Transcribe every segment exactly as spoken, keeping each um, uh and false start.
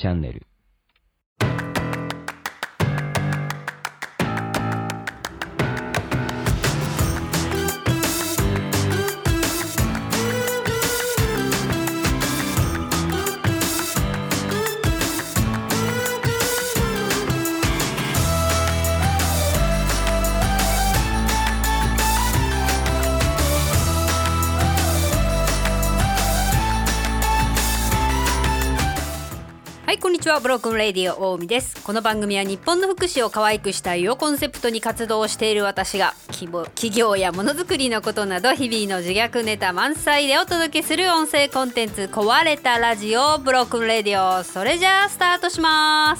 チャンネル。 こんにちは、ブロークンレディオ大海です。この番組は日本の福祉を可愛くしたいをコンセプトに活動している私が企業やものづくりのことなど日々の自虐ネタ満載でお届けする音声コンテンツ、壊れたラジオブロークンレディオ。それじゃあスタートします。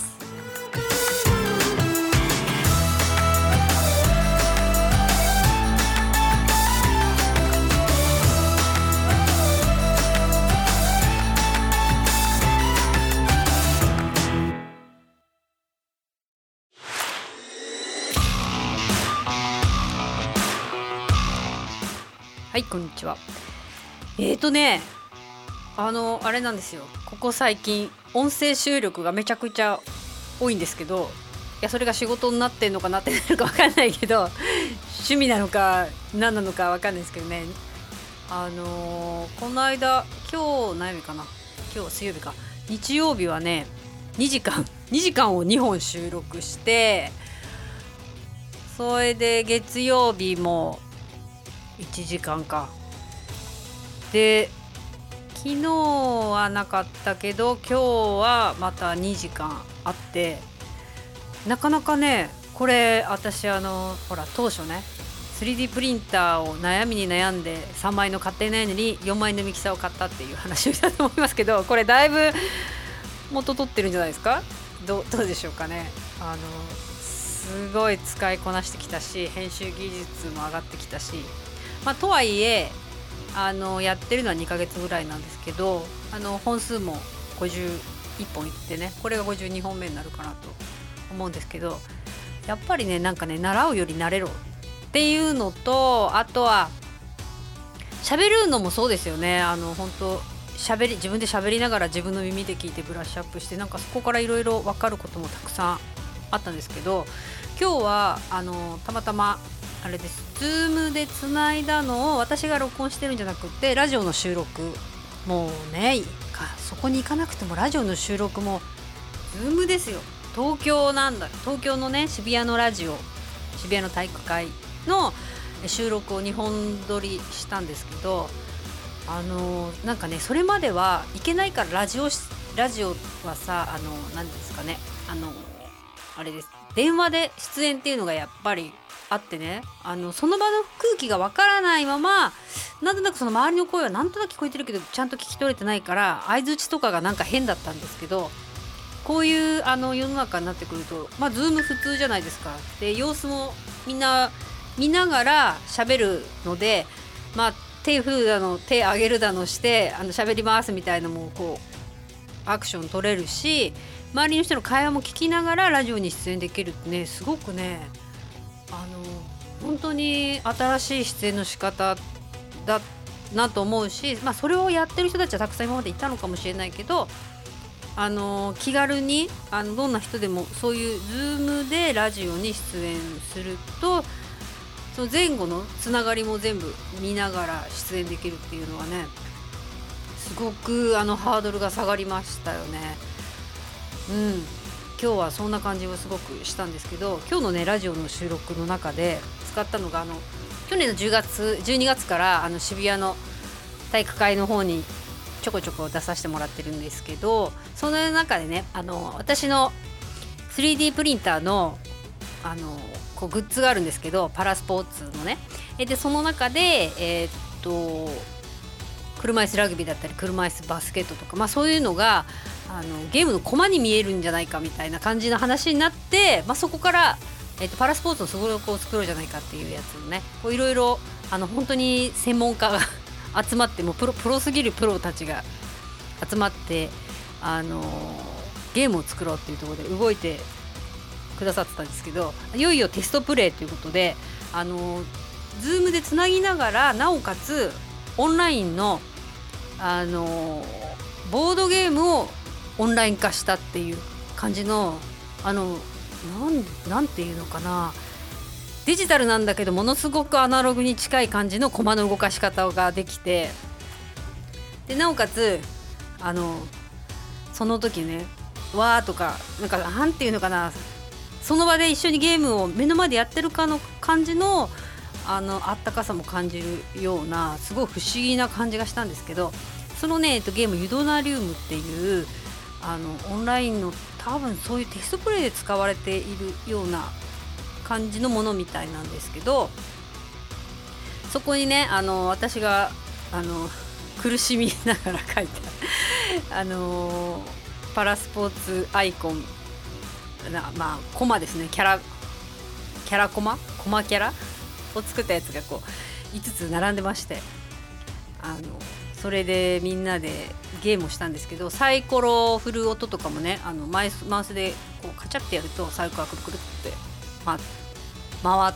はい、こんにちは。えーとねあのあれなんですよ、ここ最近音声収録がめちゃくちゃ多いんですけど、いやそれが仕事になってんのかなってなるか分かんないけど趣味なのか何なのか分かんないですけどね、あのー、この間今日何曜日かな、今日水曜日か、日曜日はねにじかんにじかんをにほん収録して、それで月曜日もいちじかんかで、昨日はなかったけど今日はまたにじかんあって、なかなかねこれ私あのほら当初ね スリーディー プリンターを悩みに悩んでさんまいの買っていないのによんまいのミキサーを買ったっていう話をしたと思いますけど、これだいぶ元取ってるんじゃないですか。 ど, どうでしょうかね。あのすごい使いこなしてきたし、編集技術も上がってきたし、まあ、とはいえあのやってるのはにかげつぐらいなんですけど、あの本数もごじゅういっぽんいってね、これがごじゅうにほんめになるかなと思うんですけど、やっぱりねなんかね習うより慣れろっていうのと、あとは喋るのもそうですよね。あの本当喋り自分で喋りながら自分の耳で聞いてブラッシュアップして、なんかそこからいろいろ分かることもたくさんあったんですけど、今日はあのたまたまあれです、ズームでつないだのを私が録音してるんじゃなくてラジオの収録、もうねかそこに行かなくてもラジオの収録もズームですよ。東京なんだ東京のね渋谷のラジオ、渋谷の体育会の収録をにほん撮りしたんですけど、あのなんかねそれまでは行けないからラジオラジオはさ、あの何ですかね、あのあれです、電話で出演っていうのがやっぱりあってね、あのその場の空気がわからないまま、なんとなくその周りの声はなんとなく聞こえてるけどちゃんと聞き取れてないから相づちとかがなんか変だったんですけど、こういうあの世の中になってくると、まあズーム普通じゃないですか。で様子もみんな見ながら喋るので、まあ手振るだの手上げるだのしてあの喋りますみたいなのもこうアクション取れるし、周りの人の会話も聞きながらラジオに出演できるってね、すごくねあの本当に新しい出演の仕方だなと思うし、まあ、それをやってる人たちはたくさん今までいたのかもしれないけど、あの気軽にあのどんな人でもそういうズームでラジオに出演すると、その前後のつながりも全部見ながら出演できるっていうのはね、すごくあのハードルが下がりましたよね。うん今日はそんな感じをすごくしたんですけど、今日のねラジオの収録の中で使ったのが、あの去年のじゅうがつじゅうにがつからあの渋谷の体育会の方にちょこちょこ出させてもらってるんですけど、その中でねあの私の スリーディー プリンターのあのこうグッズがあるんですけど、パラスポーツのね、でその中でえー、っと車椅子ラグビーだったり車椅子バスケットとか、まあ、そういうのがあのゲームのコマに見えるんじゃないかみたいな感じの話になって、まあ、そこから、えー、とパラスポーツのすごろくを作ろうじゃないかっていうやつをね、いろいろ本当に専門家が集まって、もうプロ、プロすぎるプロたちが集まって、あのー、ゲームを作ろうっていうところで動いてくださってたんですけど、いよいよテストプレイということで、あのー、ズームでつなぎながらなおかつオンラインの、あのー、ボードゲームをオンライン化したっていう感じのあのなんなんていうのかな、デジタルなんだけどものすごくアナログに近い感じのコマの動かし方ができて、でなおかつあのその時ねわーとかなんかなんていうのかな、その場で一緒にゲームを目の前でやってるかの感じのあのあったかさも感じるようなすごい不思議な感じがしたんですけど、そのね、えっと、ゲームユドナリウムっていうあのオンラインの多分そういうテストプレイで使われているような感じのものみたいなんですけど、そこにねあの私があの苦しみながら書いたあのパラスポーツアイコンな、まあコマですね、キャラキャラコマコマキャラを作ったやつがこういつつ並んでまして、あのそれでみんなでゲームをしたんですけど、サイコロを振る音とかもね、あのマウス、マウスでこうカチャってやるとサイコロがくるくるって、ま、回って、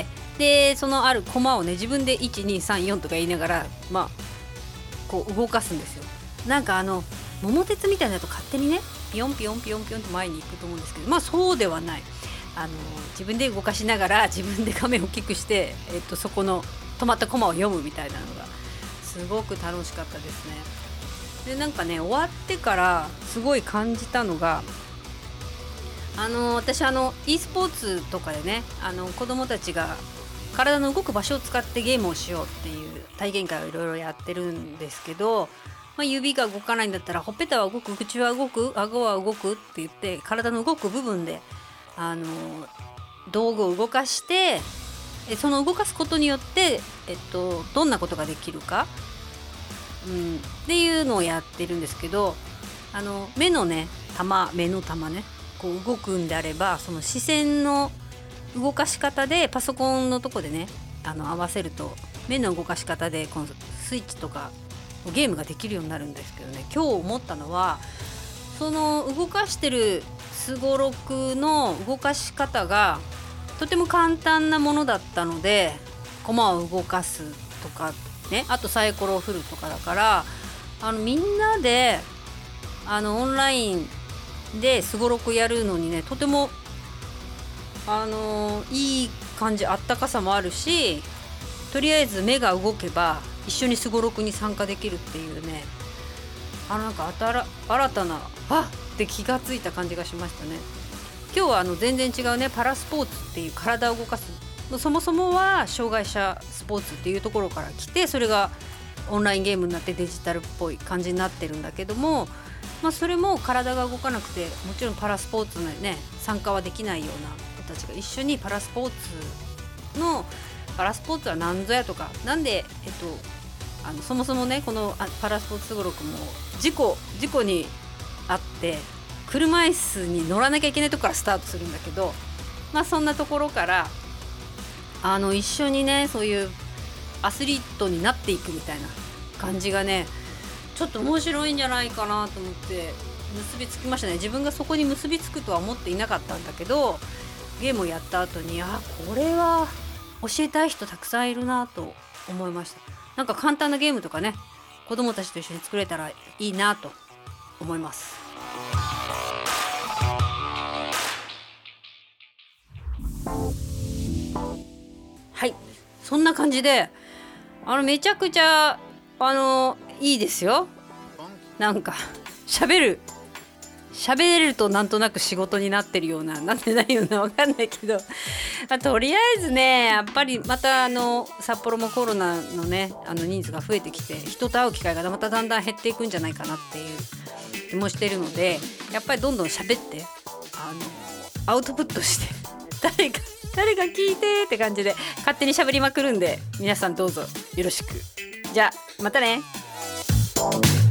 でそのあるコマをね自分でいちにさんよんとか言いながら、まあ、こう動かすんですよ。なんかあの桃鉄みたいなのと勝手にねピヨンピヨンピヨンピヨンと前に行くと思うんですけど、まあそうではない、あの自分で動かしながら自分で画面を大きくして、えっと、そこの止まったコマを読むみたいなのがすごく楽しかったですね。でなんかね終わってからすごい感じたのが、あの私あの e スポーツとかでね、あの子供たちが体の動く場所を使ってゲームをしようっていう体験会をいろいろやってるんですけど、まあ、指が動かないんだったらほっぺたは動く、口は動く、顎は動くって言って体の動く部分であの道具を動かして、その動かすことによって、えっと、どんなことができるか、うん、っていうのをやってるんですけど、あの目のね玉目の玉ねこう動くんであれば、その視線の動かし方でパソコンのとこでねあの合わせると目の動かし方でこのスイッチとかゲームができるようになるんですけどね、今日思ったのはその動かしてるすごろくの動かし方がとても簡単なものだったので、駒を動かすとかね、あとサイコロを振るとかだから、あのみんなであのオンラインですごろくやるのにねとてもあのいい感じ、あったかさもあるし、とりあえず目が動けば一緒にすごろくに参加できるっていうね、あなんか新たなあって気がついた感じがしましたね。今日はあの全然違うねパラスポーツっていう体を動かす、そもそもは障害者スポーツっていうところから来て、それがオンラインゲームになってデジタルっぽい感じになってるんだけども、まあ、それも体が動かなくてもちろんパラスポーツにね参加はできないような子たちが一緒にパラスポーツのパラスポーツは何ぞやとか、なんで、えっと、あのそもそもねこのパラスポーツすごろくも事故事故にあって車椅子に乗らなきゃいけないところからスタートするんだけど、まあそんなところからあの一緒にねそういうアスリートになっていくみたいな感じがねちょっと面白いんじゃないかなと思って結びつきましたね。自分がそこに結びつくとは思っていなかったんだけど、ゲームをやった後にあこれは教えたい人たくさんいるなと思いました。なんか簡単なゲームとかね子供たちと一緒に作れたらいいなと思います。はい、そんな感じであのめちゃくちゃあのいいですよ。なんか喋る喋れるとなんとなく仕事になってるようななってないようなわかんないけど、あとりあえずねやっぱりまたあの札幌もコロナのねあの人数が増えてきて人と会う機会がまただんだん減っていくんじゃないかなっていう気もしてるので、やっぱりどんどん喋ってあのアウトプットして誰か誰か聞いてって感じで勝手に喋りまくるんで、皆さんどうぞよろしく。じゃあまたね。